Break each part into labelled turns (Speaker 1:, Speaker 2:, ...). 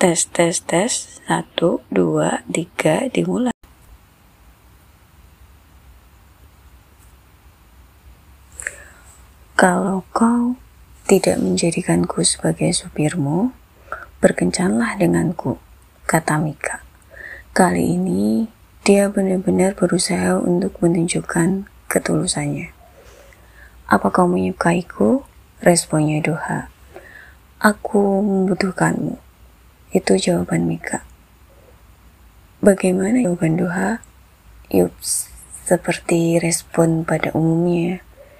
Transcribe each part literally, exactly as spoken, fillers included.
Speaker 1: Tes, tes, tes. Satu, dua, tiga, dimulai. Kalau kau tidak menjadikanku sebagai supirmu, berkencanlah denganku, kata Mika. Kali ini, dia benar-benar berusaha untuk menunjukkan ketulusannya. Apa kau menyukaiku? Responnya Doha. Aku membutuhkanmu. Itu jawaban Mika. Bagaimana jawaban Doha? Yups, seperti respon pada umumnya.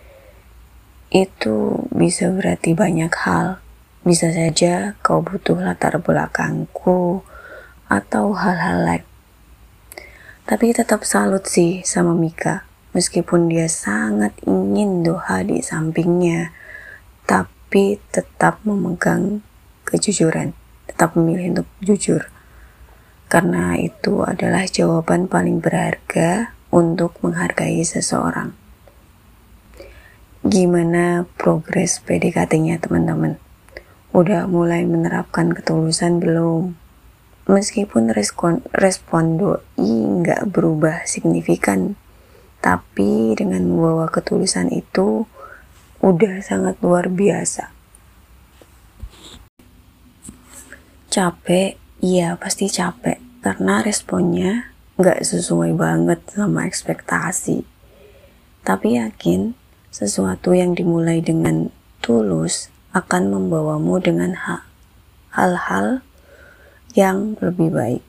Speaker 1: Itu bisa berarti banyak hal. Bisa saja kau butuh latar belakangku atau hal-hal lain. Tapi tetap salut sih sama Mika. Meskipun dia sangat ingin Doha di sampingnya, tapi tetap memegang kejujuran. Tetap memilih untuk jujur. Karena itu adalah jawaban paling berharga untuk menghargai seseorang. Gimana progres P D K T-nya teman-teman? Udah mulai menerapkan ketulusan belum? Meskipun respon, respon doi nggak berubah signifikan, tapi dengan membawa ketulusan itu udah sangat luar biasa. Capek, iya pasti capek, karena responnya nggak sesuai banget sama ekspektasi. Tapi yakin, sesuatu yang dimulai dengan tulus akan membawamu dengan ha- hal-hal yang lebih baik.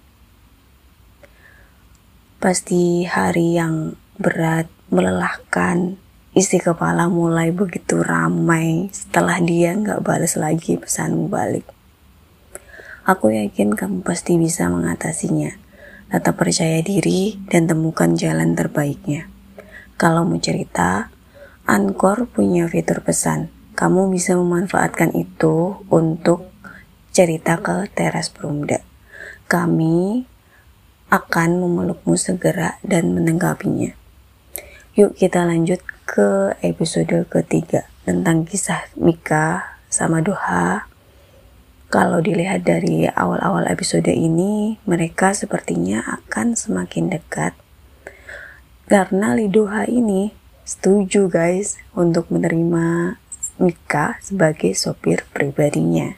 Speaker 1: Pasti hari yang berat, melelahkan, isi kepala mulai begitu ramai setelah dia nggak balas lagi pesanmu balik. Aku yakin kamu pasti bisa mengatasinya. Tetap percaya diri dan temukan jalan terbaiknya. Kalau mau cerita, Anchor punya fitur pesan. Kamu bisa memanfaatkan itu untuk cerita ke Teras Perumda. Kami akan memelukmu segera dan menanggapinya. Yuk kita lanjut ke episode ketiga tentang kisah Mika sama Doha. Kalau dilihat dari awal-awal episode ini, mereka sepertinya akan semakin dekat. Karena Doha ini setuju guys untuk menerima Mika sebagai sopir pribadinya.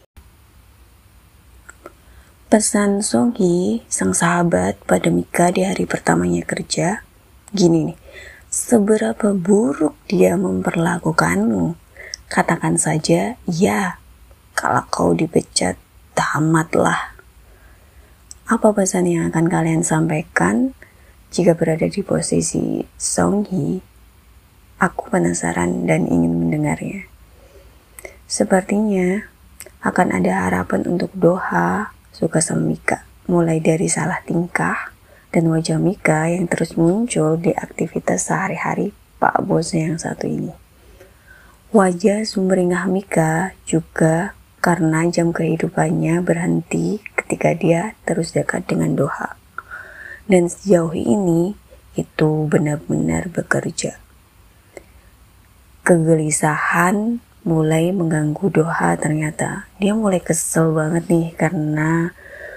Speaker 1: Pesan Songhi, sang sahabat pada Mika di hari pertamanya kerja, gini nih. Seberapa buruk dia memperlakukanmu? Katakan saja, ya. Kalau kau dipecat, tamatlah. Apa pesan yang akan kalian sampaikan jika berada di posisi Songhi? Aku penasaran dan ingin mendengarnya. Sepertinya akan ada harapan untuk Doha suka sama Mika, mulai dari salah tingkah dan wajah Mika yang terus muncul di aktivitas sehari-hari Pak Bos yang satu ini. Wajah sumringah Mika juga karena jam kehidupannya berhenti ketika dia terus dekat dengan Doha. Dan sejauh ini itu benar-benar bekerja. Kegelisahan mulai mengganggu Doha ternyata. Dia mulai kesel banget nih karena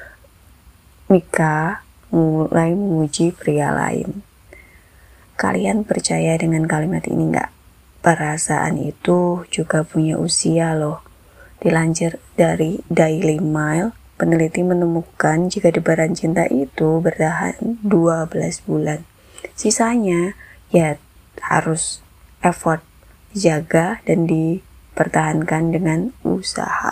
Speaker 1: Mika mulai memuji pria lain. Kalian percaya dengan kalimat ini gak? Perasaan itu juga punya usia loh. Dilansir dari Daily Mail, peneliti menemukan jika debaran cinta itu bertahan dua belas bulan. Sisanya ya harus effort dijaga dan dipertahankan dengan usaha.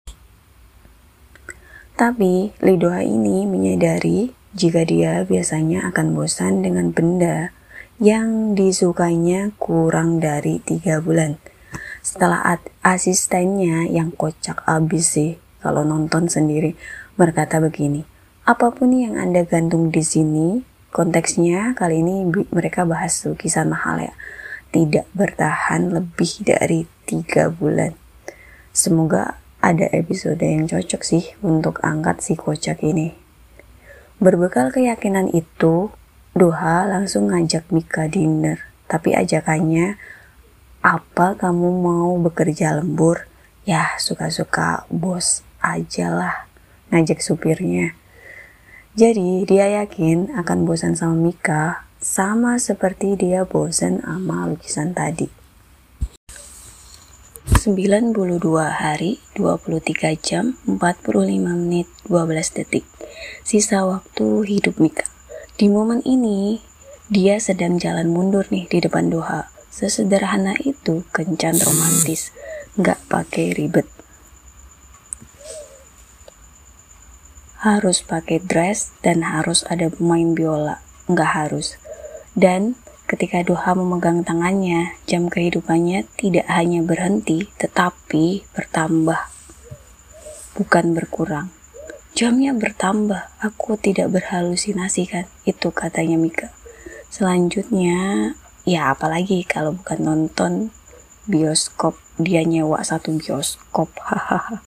Speaker 1: Tapi Doha ini menyadari jika dia biasanya akan bosan dengan benda yang disukainya kurang dari tiga bulan. Setelah asistennya yang kocak abis sih kalau nonton sendiri berkata begini, apapun yang Anda gantung di sini, konteksnya kali ini mereka bahas lukisan mahal ya, tidak bertahan lebih dari tiga bulan. Semoga ada episode yang cocok sih untuk angkat si kocak ini. Berbekal keyakinan itu, Doha langsung ngajak Mika dinner, tapi ajakannya, apa kamu mau bekerja lembur? Ya suka-suka bos aja lah. ngajak supirnya. Jadi dia yakin akan bosan sama Mika, sama seperti dia bosan sama lukisan tadi. sembilan puluh dua hari, dua puluh tiga jam, empat puluh lima menit, dua belas detik. Sisa waktu hidup Mika. Di momen ini, dia sedang jalan mundur nih di depan Doha. Sesederhana itu, kencan romantis. Nggak pakai ribet. Harus pakai dress dan harus ada pemain biola. Nggak harus. Dan ketika Doha memegang tangannya, jam kehidupannya tidak hanya berhenti, tetapi bertambah. Bukan berkurang. Jamnya bertambah, aku tidak berhalusinasi kan, itu katanya Mika. Selanjutnya, ya apalagi kalau bukan nonton bioskop, dia nyewa satu bioskop, hahaha.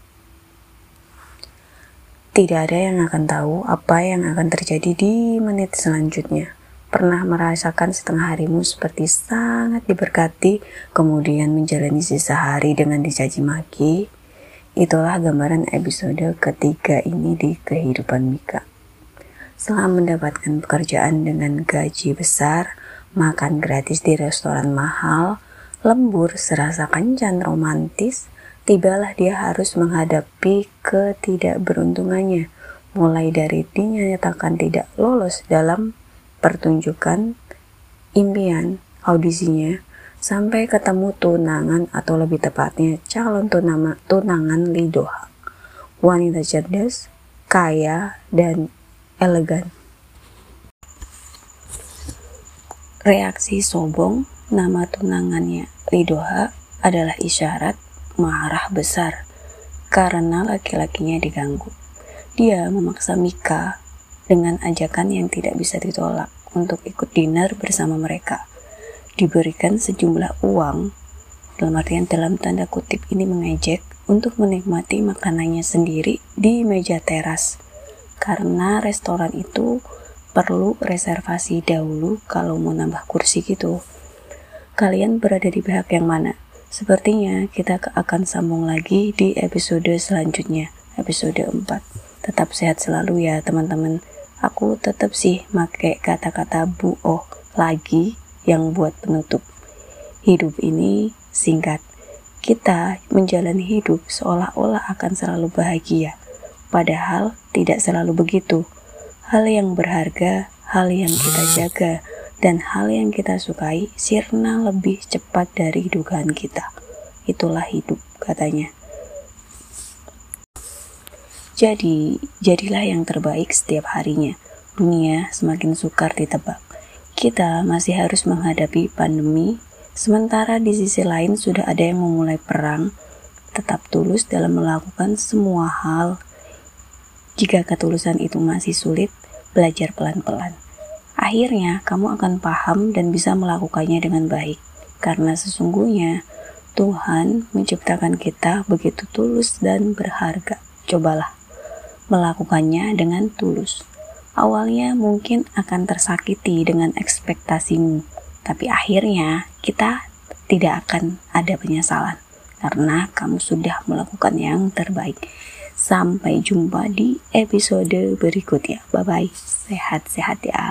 Speaker 1: Tidak ada yang akan tahu apa yang akan terjadi di menit selanjutnya. Pernah merasakan setengah harimu seperti sangat diberkati, kemudian menjalani sisa hari dengan dicaci maki? Itulah gambaran episode ketiga ini di kehidupan Mika. Setelah mendapatkan pekerjaan dengan gaji besar, makan gratis di restoran mahal, lembur serasa kencan romantis, tibalah dia harus menghadapi ketidakberuntungannya, mulai dari dinyatakan tidak lolos dalam pertunjukan impian audisinya, sampai ketemu tunangan atau lebih tepatnya calon tunama, tunangan di Doha. Wanita cerdas, kaya, dan elegan. Reaksi Sobong, nama tunangannya di Doha, adalah isyarat marah besar karena laki-lakinya diganggu. Dia memaksa Mika dengan ajakan yang tidak bisa ditolak untuk ikut dinner bersama mereka. Diberikan sejumlah uang, dalam artian dalam tanda kutip ini mengejek, untuk menikmati makanannya sendiri di meja teras. Karena restoran itu perlu reservasi dahulu kalau mau nambah kursi gitu. Kalian berada di pihak yang mana? Sepertinya kita akan sambung lagi di episode selanjutnya, episode empat. Tetap sehat selalu ya teman-teman. Aku tetap sih pakai kata-kata buoh lagi yang buat penutup. Hidup ini singkat. Kita menjalani hidup seolah-olah akan selalu bahagia. Padahal tidak selalu begitu. Hal yang berharga, hal yang kita jaga, dan hal yang kita sukai sirna lebih cepat dari dugaan kita. Itulah hidup, katanya. Jadi, jadilah yang terbaik setiap harinya. Dunia semakin sukar ditebak. Kita masih harus menghadapi pandemi, sementara di sisi lain sudah ada yang memulai perang. Tetap tulus dalam melakukan semua hal. Jika ketulusan itu masih sulit, belajar pelan-pelan. Akhirnya, kamu akan paham dan bisa melakukannya dengan baik. Karena sesungguhnya, Tuhan menciptakan kita begitu tulus dan berharga. Cobalah melakukannya dengan tulus. Awalnya mungkin akan tersakiti dengan ekspektasimu, tapi akhirnya kita tidak akan ada penyesalan karena kamu sudah melakukan yang terbaik. Sampai jumpa di episode berikutnya. Bye-bye. Sehat-sehat ya.